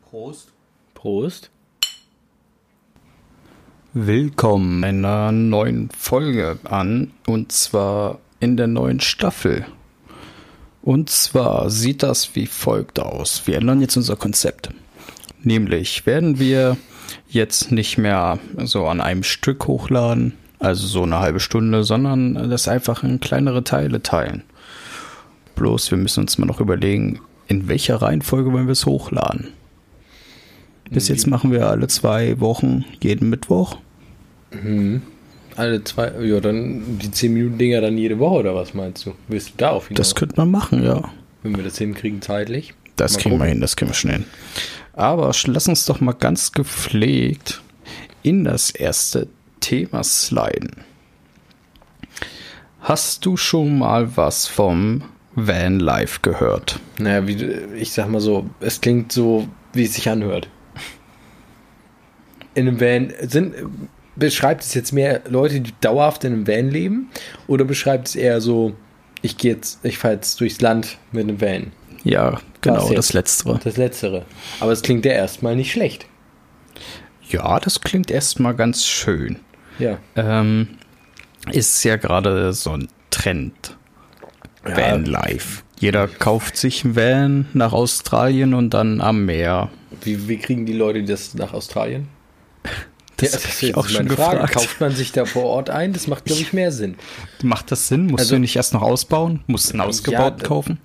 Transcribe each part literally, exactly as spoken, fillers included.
Prost. Prost. Willkommen in einer neuen Folge an, und zwar in der neuen Staffel. Und zwar sieht das wie folgt aus. Wir ändern jetzt unser Konzept. Nämlich werden wir jetzt nicht mehr so an einem Stück hochladen, also so eine halbe Stunde, sondern das einfach in kleinere Teile teilen. Bloß wir müssen uns mal noch überlegen, in welcher Reihenfolge wollen wir es hochladen. Bis jetzt machen wir alle zwei Wochen, jeden Mittwoch. Mhm. Alle zwei, ja, dann die zehn Minuten Dinger dann jede Woche, oder was meinst du? Willst du da auf hinaus? Das könnte man machen, ja. Wenn wir das hinkriegen zeitlich. Das Mal kriegen gucken. wir hin, das kriegen wir schnell hin. Aber lass uns doch mal ganz gepflegt in das erste Thema sliden. Hast du schon mal was vom Vanlife gehört? Naja, wie, du- ich sag mal so, es klingt so, wie es sich anhört. In einem Van, sind, beschreibt es jetzt mehr Leute, die dauerhaft in einem Van leben, oder beschreibt es eher so, ich gehe jetzt, ich fahre jetzt durchs Land mit einem Van? Ja, genau, Was jetzt? das Letztere. Das Letztere. Aber es klingt ja erstmal nicht schlecht. Ja, das klingt erstmal ganz schön. Ja. Ähm, ist ja gerade so ein Trend. Ja. Vanlife. Jeder kauft sich einen Van nach Australien und dann am Meer. Wie, wie kriegen die Leute das nach Australien? Das Ja, habe ist ich jetzt auch schon meine Frage. gefragt. Kauft man sich da vor Ort ein? Das macht, glaube ich, mehr Sinn. Macht das Sinn? Musst Also- du nicht erst noch ausbauen? Musst du einen ausgebauten Ja, kaufen?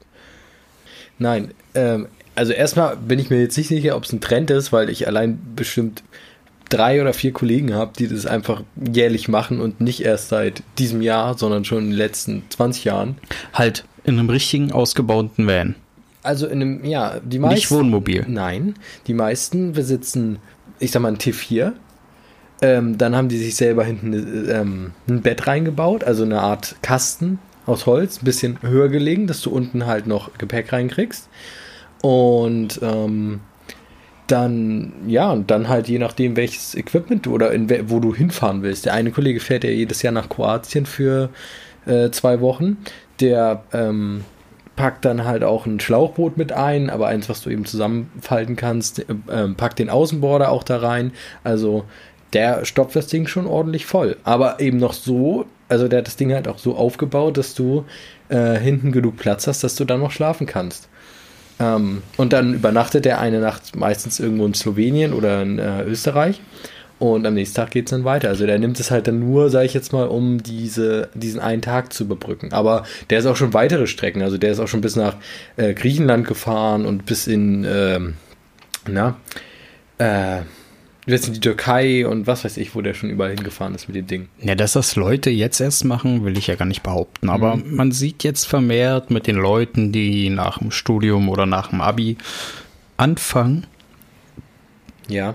Nein, ähm, also erstmal bin ich mir jetzt nicht sicher, ob es ein Trend ist, weil ich allein bestimmt drei oder vier Kollegen habe, die das einfach jährlich machen und nicht erst seit diesem Jahr, sondern schon in den letzten zwanzig Jahren. Halt, in einem richtigen ausgebauten Van. Also in einem, ja, die meisten... Nicht Wohnmobil. Nein, die meisten besitzen, ich sag mal, ein T vier. Ähm, dann haben die sich selber hinten ähm, ein Bett reingebaut, also eine Art Kasten aus Holz, ein bisschen höher gelegen, dass du unten halt noch Gepäck reinkriegst. Und ähm, dann, ja, und dann halt je nachdem, welches Equipment du oder in, we- wo du hinfahren willst. Der eine Kollege fährt ja jedes Jahr nach Kroatien für äh, zwei Wochen. Der ähm, packt dann halt auch ein Schlauchboot mit ein, aber eins, was du eben zusammenfalten kannst, äh, ähm, packt den Außenborder auch da rein. Also der stopft das Ding schon ordentlich voll. Aber eben noch so, also der hat das Ding halt auch so aufgebaut, dass du äh, hinten genug Platz hast, dass du dann noch schlafen kannst. Ähm, und dann übernachtet er eine Nacht meistens irgendwo in Slowenien oder in äh, Österreich. Und am nächsten Tag geht es dann weiter. Also der nimmt es halt dann nur, sage ich jetzt mal, um diese, diesen einen Tag zu überbrücken. Aber der ist auch schon weitere Strecken. Also der ist auch schon bis nach äh, Griechenland gefahren und bis in, ähm, na, äh, bis in die Türkei und was weiß ich, wo der schon überall hingefahren ist mit dem Ding. Ja, dass das Leute jetzt erst machen, will ich ja gar nicht behaupten. Aber Mhm. man sieht jetzt vermehrt mit den Leuten, die nach dem Studium oder nach dem Abi anfangen, Ja.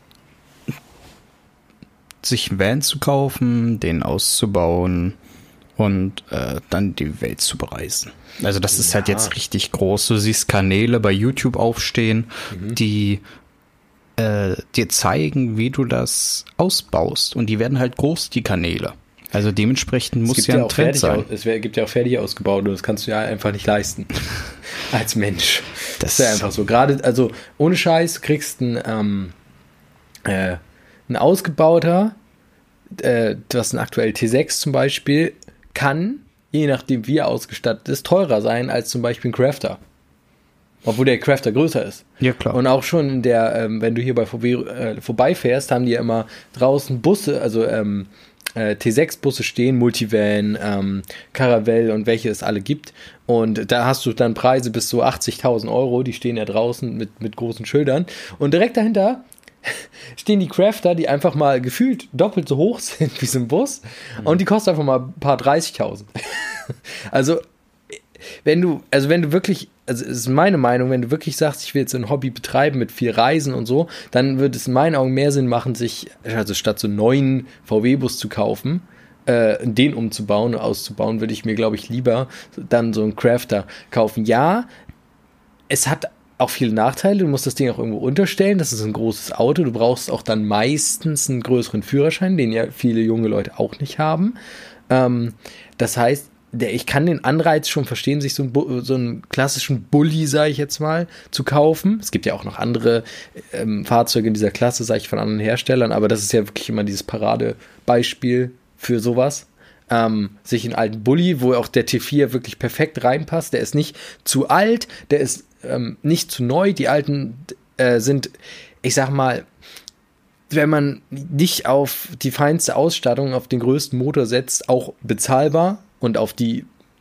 sich einen Van zu kaufen, den auszubauen und äh, dann die Welt zu bereisen. Also das ist halt Ja. jetzt richtig groß. Du siehst Kanäle bei YouTube aufstehen, die äh, dir zeigen, wie du das ausbaust. Und die werden halt groß, die Kanäle. Also dementsprechend Es muss gibt ja ja ein auch Trend fertig, sein. aus, es wär, gibt ja auch fertig ausgebaut und das kannst du ja einfach nicht leisten. Als Mensch. Das Das ist ja einfach so. Gerade, also ohne Scheiß kriegst ein, ähm, äh, ein ausgebauter, äh, das ist ein aktuell T sechs zum Beispiel, kann, je nachdem wie er ausgestattet ist, teurer sein als zum Beispiel ein Crafter. Obwohl der Crafter größer ist. Ja, klar. Und auch schon in der, ähm, wenn du hier bei V W äh, vorbeifährst, haben die ja immer draußen Busse, also ähm, äh, T sechs Busse stehen, Multivan, ähm, Caravelle und welche es alle gibt. Und da hast du dann Preise bis so achtzigtausend Euro, die stehen ja draußen mit, mit großen Schildern. Und direkt dahinter stehen die Crafter, die einfach mal gefühlt doppelt so hoch sind wie so ein Bus. Und die kosten einfach mal ein paar dreißigtausend. Also wenn du, also wenn du wirklich, also es ist meine Meinung, wenn du wirklich sagst, ich will jetzt ein Hobby betreiben mit viel Reisen und so, dann würde es in meinen Augen mehr Sinn machen, sich, also statt so einen neuen V W-Bus zu kaufen, äh, den umzubauen, auszubauen, würde ich mir, glaube ich, lieber dann so einen Crafter kaufen. Ja, es hat auch viele Nachteile, du musst das Ding auch irgendwo unterstellen, das ist ein großes Auto, du brauchst auch dann meistens einen größeren Führerschein, den ja viele junge Leute auch nicht haben. Ähm, das heißt, der, ich kann den Anreiz schon verstehen, sich so einen, so einen klassischen Bulli, sage ich jetzt mal, zu kaufen. Es gibt ja auch noch andere ähm, Fahrzeuge in dieser Klasse, sage ich, von anderen Herstellern, aber das ist ja wirklich immer dieses Paradebeispiel für sowas. Ähm, sich einen alten Bulli, wo auch der T vier wirklich perfekt reinpasst. Der ist nicht zu alt, der ist ähm, nicht zu neu. Die alten äh, sind, ich sag mal, wenn man nicht auf die feinste Ausstattung, auf den größten Motor setzt, auch bezahlbar und auf die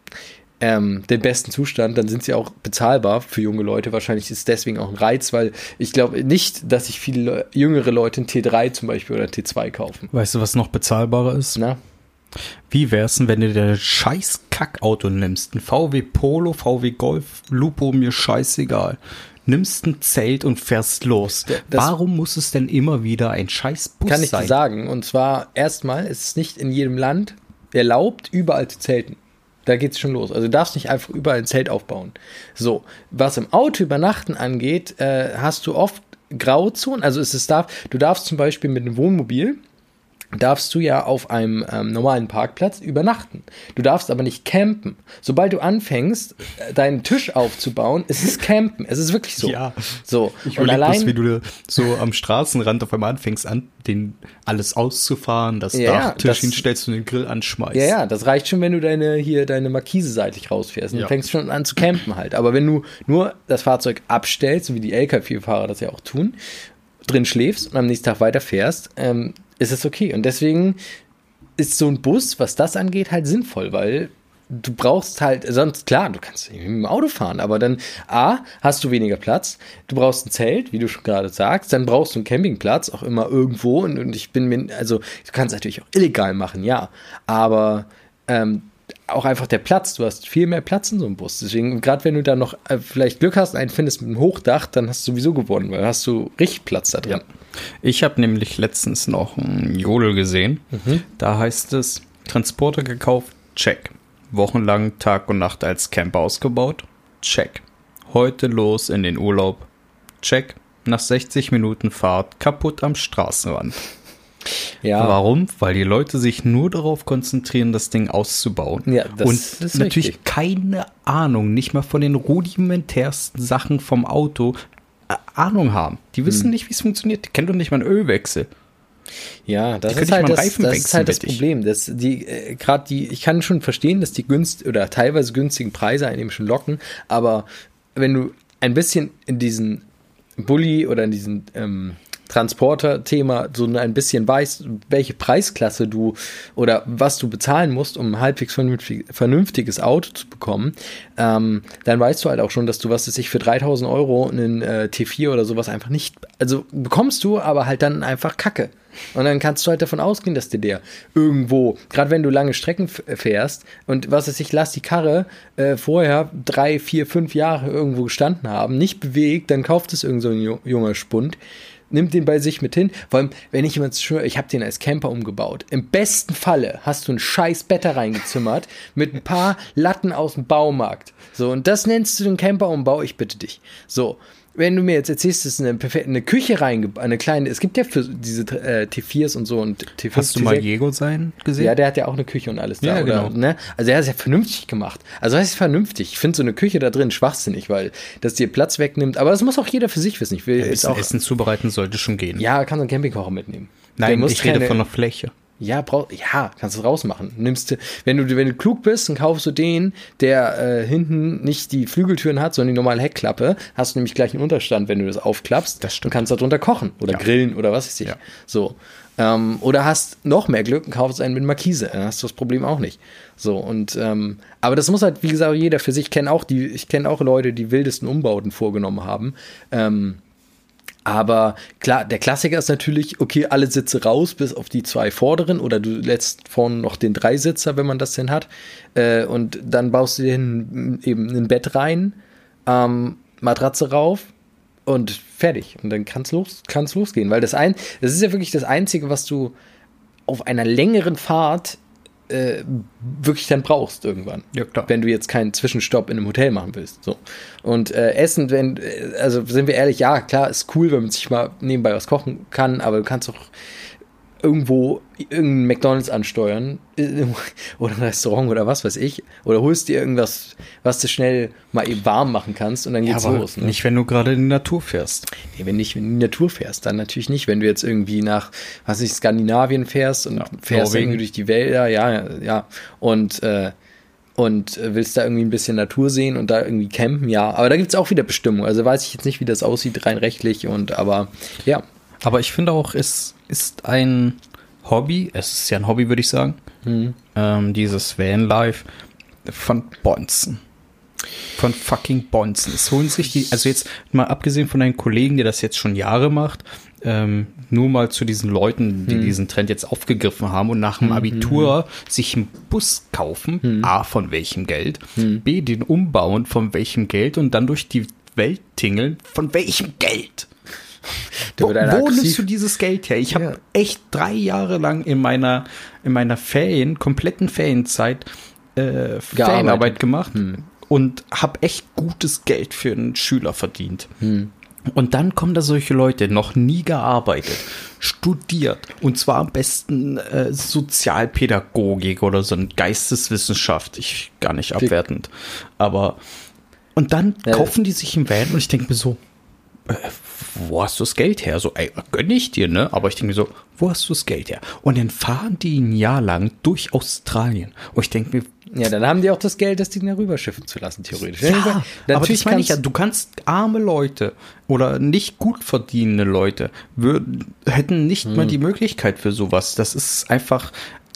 ähm, den besten Zustand, dann sind sie auch bezahlbar für junge Leute. Wahrscheinlich ist deswegen auch ein Reiz, weil ich glaube nicht, dass sich viele Le- jüngere Leute einen T drei zum Beispiel oder einen T zwei kaufen. Weißt du, was noch bezahlbarer ist? Na? Wie wär's denn, wenn du dir ein scheiß Kackauto nimmst? Ein V W Polo, V W Golf, Lupo, mir scheißegal. Nimmst ein Zelt und fährst los. Das Warum muss es denn immer wieder ein scheiß Bus kann ich sein? dir sagen. Und zwar erstmal ist es nicht in jedem Land erlaubt, überall zu zelten. Da geht's schon los. Also du darfst nicht einfach überall ein Zelt aufbauen. So, was im Auto übernachten angeht, äh, hast du oft Grauzonen. Also es ist darf, du darfst zum Beispiel mit einem Wohnmobil darfst du ja auf einem ähm, normalen Parkplatz übernachten. Du darfst aber nicht campen. Sobald du anfängst, deinen Tisch aufzubauen, ist es campen. Es ist wirklich so. Ja. So. Ich und überlege allein, bloß, wie du so am Straßenrand auf einmal anfängst, an, den alles auszufahren, das Ja, Dachtisch das- hinstellst und den Grill anschmeißt. ja, ja, das reicht schon, wenn du deine hier deine Markise seitlich rausfährst. Und Ja. du fängst schon an zu campen halt. Aber wenn du nur das Fahrzeug abstellst, so wie die L K W-Fahrer das ja auch tun, drin schläfst und am nächsten Tag weiterfährst, ähm, ist es okay. Und deswegen ist so ein Bus, was das angeht, halt sinnvoll, weil du brauchst halt, sonst klar, du kannst mit dem Auto fahren, aber dann A, hast du weniger Platz, du brauchst ein Zelt, wie du schon gerade sagst, dann brauchst du einen Campingplatz, auch immer irgendwo und, und ich bin mir, also du kannst natürlich auch illegal machen, ja, aber ähm, auch einfach der Platz, du hast viel mehr Platz in so einem Bus, deswegen, gerade wenn du da noch äh, vielleicht Glück hast, einen findest mit einem Hochdach, dann hast du sowieso gewonnen, weil hast du richtig Platz da drin. Ja. Ich habe nämlich letztens noch ein Jodel gesehen. Mhm. Da heißt es, Transporter gekauft, check. Wochenlang Tag und Nacht als Camper ausgebaut, check. Heute los in den Urlaub, check. Nach sechzig Minuten Fahrt kaputt am Straßenrand. Ja. Warum? Weil die Leute sich nur darauf konzentrieren, das Ding auszubauen. Ja, das und ist natürlich richtig. keine Ahnung, nicht mal von den rudimentärsten Sachen vom Auto äh, Ahnung haben. Die wissen Hm. nicht, wie es funktioniert. Die kennen doch nicht mal einen Ölwechsel. Ja, das Die können ist nicht halt mal einen das, Reifen das, ist wechseln, halt das wette ich. Problem. Dass die, äh, gerade die, ich kann schon verstehen, dass die günst oder teilweise günstigen Preise einen eben schon locken, aber wenn du ein bisschen in diesen Bulli oder in diesen ähm, Transporter-Thema so ein bisschen weißt, welche Preisklasse du oder was du bezahlen musst, um ein halbwegs vernünftig, vernünftiges Auto zu bekommen, ähm, dann weißt du halt auch schon, dass du, was weiß ich, für dreitausend Euro einen äh, T vier oder sowas einfach nicht, also bekommst du, aber halt dann einfach Kacke. Und dann kannst du halt davon ausgehen, dass dir der irgendwo, gerade wenn du lange Strecken f- fährst und was weiß ich, lass die Karre äh, vorher drei, vier, fünf Jahre irgendwo gestanden haben, nicht bewegt, dann kauft es irgend so ein ju- junger Spund, nimmt den bei sich mit hin. Vor allem, wenn ich jemand schwöre, ich habe den als Camper umgebaut. Im besten Falle hast du ein scheiß Bett da reingezimmert mit ein paar Latten aus dem Baumarkt. So, und das nennst du den Camperumbau? Ich bitte dich. So, wenn du mir jetzt erzählst, es ist eine, perfekte, eine Küche reingebaut, eine kleine, es gibt ja für diese äh, T viers und so und T fünf. Hast du mal Jego sein gesehen? Ja, der hat ja auch eine Küche und alles da. Ja, oder, genau. ne? Also er hat es ja vernünftig gemacht. Also das ist vernünftig. Ich finde so eine Küche da drin schwachsinnig, weil das dir Platz wegnimmt. Aber das muss auch jeder für sich wissen. Ich will Ja, ist Essen, auch, Essen zubereiten sollte schon gehen. ja, kann so einen Campingkocher mitnehmen. Der Nein, muss ich rede keine- von der Fläche. Ja, brauch, ja, kannst du rausmachen. Nimmst du, wenn du, wenn du klug bist, dann kaufst du den, der äh, hinten nicht die Flügeltüren hat, sondern die normale Heckklappe. Hast du nämlich gleich einen Unterstand, wenn du das aufklappst. Das stimmt. Und kannst darunter kochen oder Ja. grillen oder was weiß ich. Ja. So. Ähm, oder hast noch mehr Glück und kaufst einen mit Markise. Dann hast du das Problem auch nicht. So, und, ähm, aber das muss halt, wie gesagt, jeder für sich. Ich kenne auch die, ich kenne auch Leute, die wildesten Umbauten vorgenommen haben. Ähm, Aber klar, der Klassiker ist natürlich, okay, alle Sitze raus, bis auf die zwei vorderen, oder du lässt vorne noch den Dreisitzer, wenn man das denn hat, äh, und dann baust du dir hin, eben ein Bett rein, ähm, Matratze rauf und fertig. Und dann kann's los, kann's losgehen, weil das ein, das ist ja wirklich das Einzige, was du auf einer längeren Fahrt äh, wirklich dann brauchst irgendwann. Ja, klar. Wenn du jetzt keinen Zwischenstopp in einem Hotel machen willst. So. Und äh, Essen, wenn, äh, also sind wir ehrlich, ja, klar, ist cool, wenn man sich mal nebenbei was kochen kann, aber du kannst auch irgendwo irgendein McDonald's ansteuern oder ein Restaurant oder was weiß ich, oder holst dir irgendwas, was du schnell mal eben warm machen kannst und dann geht's ja, aber los. Ne? Nicht, wenn du gerade in die Natur fährst. Nee, wenn nicht, wenn du in die Natur fährst, dann natürlich nicht. Wenn du jetzt irgendwie nach, was weiß ich, Skandinavien fährst und ja, fährst Norwegen. irgendwie durch die Wälder, ja, ja, und äh, und willst da irgendwie ein bisschen Natur sehen und da irgendwie campen, ja. Aber da gibt's auch wieder Bestimmungen. Also weiß ich jetzt nicht, wie das aussieht, rein rechtlich und aber ja. Aber ich finde auch, es ist ein Hobby, es ist ja ein Hobby, würde ich sagen, Mhm. ähm, dieses Vanlife von Bonzen. Von fucking Bonzen. Es holen sich die, also jetzt mal abgesehen von deinen Kollegen, der das jetzt schon Jahre macht, ähm, nur mal zu diesen Leuten, die Mhm. diesen Trend jetzt aufgegriffen haben und nach dem Abitur sich einen Bus kaufen, Mhm. A, von welchem Geld, Mhm. B, den umbauen, von welchem Geld und dann durch die Welt tingeln, von welchem Geld? Da Wo, wird einer wo aggressiv. nimmst du dieses Geld her? Ich habe Ja. echt drei Jahre lang in meiner, in meiner Ferien, kompletten Ferienzeit, äh, Ferienarbeit gemacht Hm. und habe echt gutes Geld für einen Schüler verdient. Hm. Und dann kommen da solche Leute, noch nie gearbeitet, studiert und zwar am besten äh, Sozialpädagogik oder so ein Geisteswissenschaft, ich gar nicht abwertend, aber und dann Ja. kaufen die sich einen Van und ich denke mir so, äh, wo hast du das Geld her? So, ey, gönn ich dir, ne? Aber ich denke mir so, wo hast du das Geld her? Und dann fahren die ein Jahr lang durch Australien und ich denke mir, Ja, dann haben die auch das Geld, das Ding darüber schiffen zu lassen, theoretisch. ja, aber natürlich das meine ich ja, kannst- du kannst arme Leute oder nicht gut verdienende Leute würden, hätten nicht Hm. mal die Möglichkeit für sowas. Das ist einfach,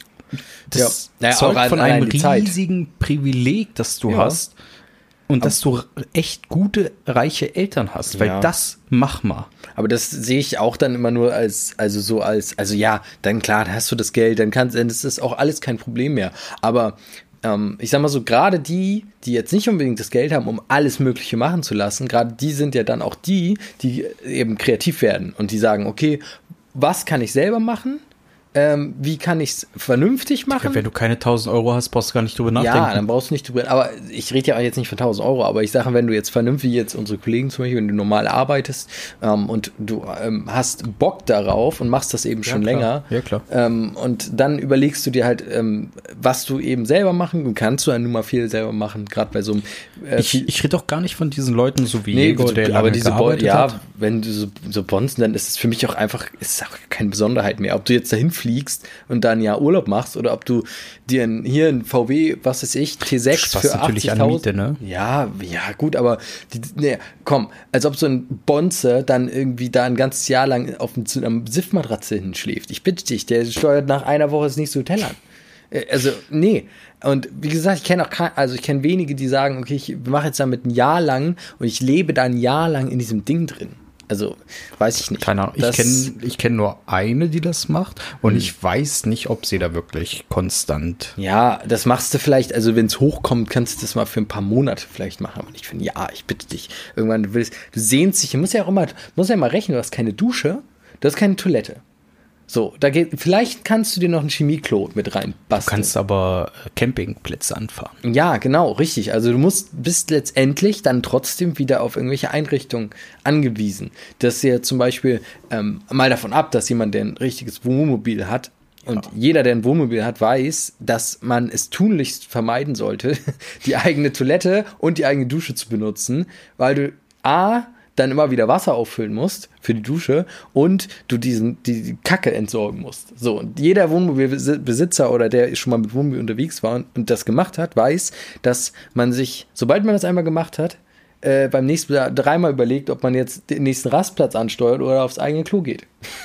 das Ja. Naja, zeugt auch von allein einem die Zeit. riesigen Privileg, das du Ja. hast und dass du echt gute, reiche Eltern hast, weil Ja. das mach mal. Aber das sehe ich auch dann immer nur als, also so als, also ja, dann klar, dann hast du das Geld, dann kannst, dann ist das auch alles kein Problem mehr. Aber ähm, ich sag mal so, gerade die, die jetzt nicht unbedingt das Geld haben, um alles Mögliche machen zu lassen, gerade die sind ja dann auch die, die eben kreativ werden und die sagen, okay, was kann ich selber machen? Ähm, wie kann ich es vernünftig machen? Wenn du keine tausend Euro hast, brauchst du gar nicht drüber nachdenken. Ja, dann brauchst du nicht drüber. Aber ich rede ja auch jetzt nicht von tausend Euro, aber ich sage, wenn du jetzt vernünftig, jetzt unsere Kollegen zum Beispiel, wenn du normal arbeitest ähm, und du ähm, hast Bock darauf und machst das eben schon klar. länger. Ja, klar. Ähm, und dann überlegst du dir halt, ähm, was du eben selber machen und kannst du ja nun mal viel selber machen, gerade bei so einem. Äh, Ich, viel- ich rede auch gar nicht von diesen Leuten, so wie Nee, Diego, so, der aber lange diese Bon, gearbeitet ja, hat. wenn du so, so bonzen, dann ist es für mich auch einfach, ist auch keine Besonderheit mehr. Ob du jetzt dahin fliegst und dann ja Urlaub machst oder ob du dir ein, hier ein V W, was weiß ich, T sechs Spaß für natürlich an achtzigtausend. Miete, ne? Ja, ja, gut, aber die, nee, komm, als ob so ein Bonze dann irgendwie da ein ganzes Jahr lang auf einer Siffmatratze hinschläft. Ich bitte dich, der steuert nach einer Woche das nächste Hotel an. Äh, Also, nee. Und wie gesagt, ich kenne auch kein, also ich kenne wenige, die sagen, okay, ich mache jetzt damit ein Jahr lang und ich lebe da ein Jahr lang in diesem Ding drin. Also, weiß ich nicht. Keine Ahnung. Ich Das- kenne ich kenn nur eine, die das macht. Und ich weiß nicht, ob sie da wirklich konstant. Ja, das machst du vielleicht, also wenn es hochkommt, kannst du das mal für ein paar Monate vielleicht machen, aber nicht für ein Jahr, ich bitte dich. Irgendwann, du willst, du sehnst dich, du musst ja auch immer, du musst ja mal rechnen, du hast keine Dusche, du hast keine Toilette. So, da geht, vielleicht kannst du dir noch ein Chemieklo mit rein Du basteln. kannst aber äh, Campingplätze anfahren. Ja, genau, richtig. Also du musst, bist letztendlich dann trotzdem wieder auf irgendwelche Einrichtungen angewiesen. Dass ja zum Beispiel, ähm, mal davon ab, dass jemand, der ein richtiges Wohnmobil hat, und jeder, der ein Wohnmobil hat, weiß, dass man es tunlichst vermeiden sollte, die eigene Toilette und die eigene Dusche zu benutzen, weil du A, dann immer wieder Wasser auffüllen musst für die Dusche und du diesen, die, die Kacke entsorgen musst. So, und jeder Wohnmobilbesitzer oder der schon mal mit Wohnmobil unterwegs war und, und das gemacht hat, weiß, dass man sich, sobald man das einmal gemacht hat, äh, beim nächsten Mal dreimal überlegt, ob man jetzt den nächsten Rastplatz ansteuert oder aufs eigene Klo geht.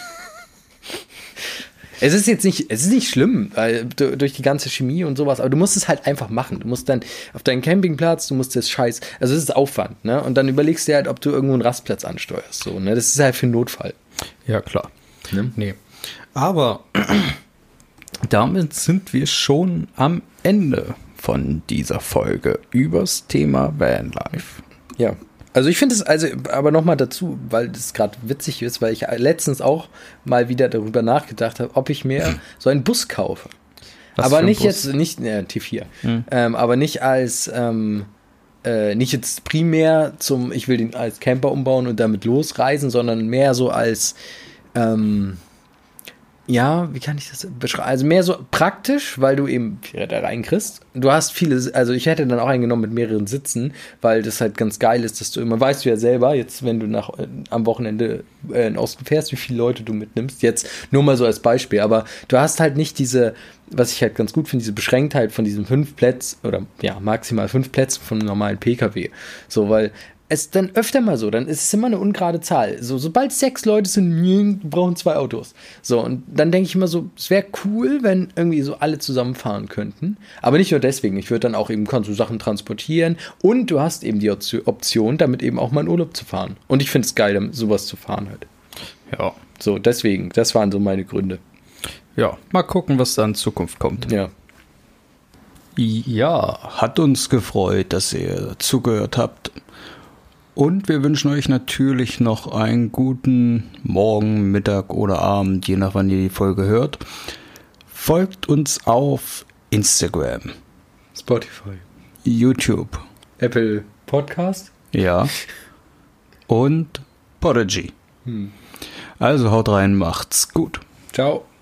Es ist jetzt nicht, es ist nicht schlimm, weil du, durch die ganze Chemie und sowas, aber du musst es halt einfach machen. Du musst dann auf deinen Campingplatz, du musst das Scheiß, also es ist Aufwand, ne? Und dann überlegst du dir halt, ob du irgendwo einen Rastplatz ansteuerst, so, ne? Das ist halt für einen Notfall. Ja, klar. Ne? Nee. Aber damit sind wir schon am Ende von dieser Folge übers Thema Vanlife. Ja. Also ich finde es, also, aber nochmal dazu, weil das gerade witzig ist, weil ich letztens auch mal wieder darüber nachgedacht habe, ob ich mir so einen Bus kaufe. Was aber für ein nicht Bus? jetzt, nicht, ne, T vier, ähm, aber nicht als, ähm, äh, nicht jetzt primär zum, ich will den als Camper umbauen und damit losreisen, sondern mehr so als, ähm, Ja, wie kann ich das beschreiben? Also mehr so praktisch, weil du eben da reinkriegst. Du hast viele, also ich hätte dann auch einen genommen mit mehreren Sitzen, weil das halt ganz geil ist, dass du immer, weißt du ja selber, jetzt wenn du nach äh, am Wochenende äh, in den Osten fährst, wie viele Leute du mitnimmst. Jetzt nur mal so als Beispiel, aber du hast halt nicht diese, was ich halt ganz gut finde, diese Beschränktheit von diesen fünf Plätzen oder ja, maximal fünf Plätzen von einem normalen P K W. So, weil es dann öfter mal so, dann ist es immer eine ungerade Zahl. So, sobald sechs Leute sind, brauchen zwei Autos. So, und dann denke ich immer so, es wäre cool, wenn irgendwie so alle zusammenfahren könnten. Aber nicht nur deswegen. Ich würde dann auch eben, kannst du Sachen transportieren und du hast eben die Option, damit eben auch mal in Urlaub zu fahren. Und ich finde es geil, damit sowas zu fahren halt. Ja. So, deswegen, das waren so meine Gründe. Ja, mal gucken, was da in Zukunft kommt. Ja. Ja, hat uns gefreut, dass ihr zugehört habt. Und wir wünschen euch natürlich noch einen guten Morgen, Mittag oder Abend, je nach wann ihr die Folge hört. Folgt uns auf Instagram, Spotify, YouTube, Apple Podcast. Ja. Und Podigy. Hm. Also haut rein, macht's gut. Ciao.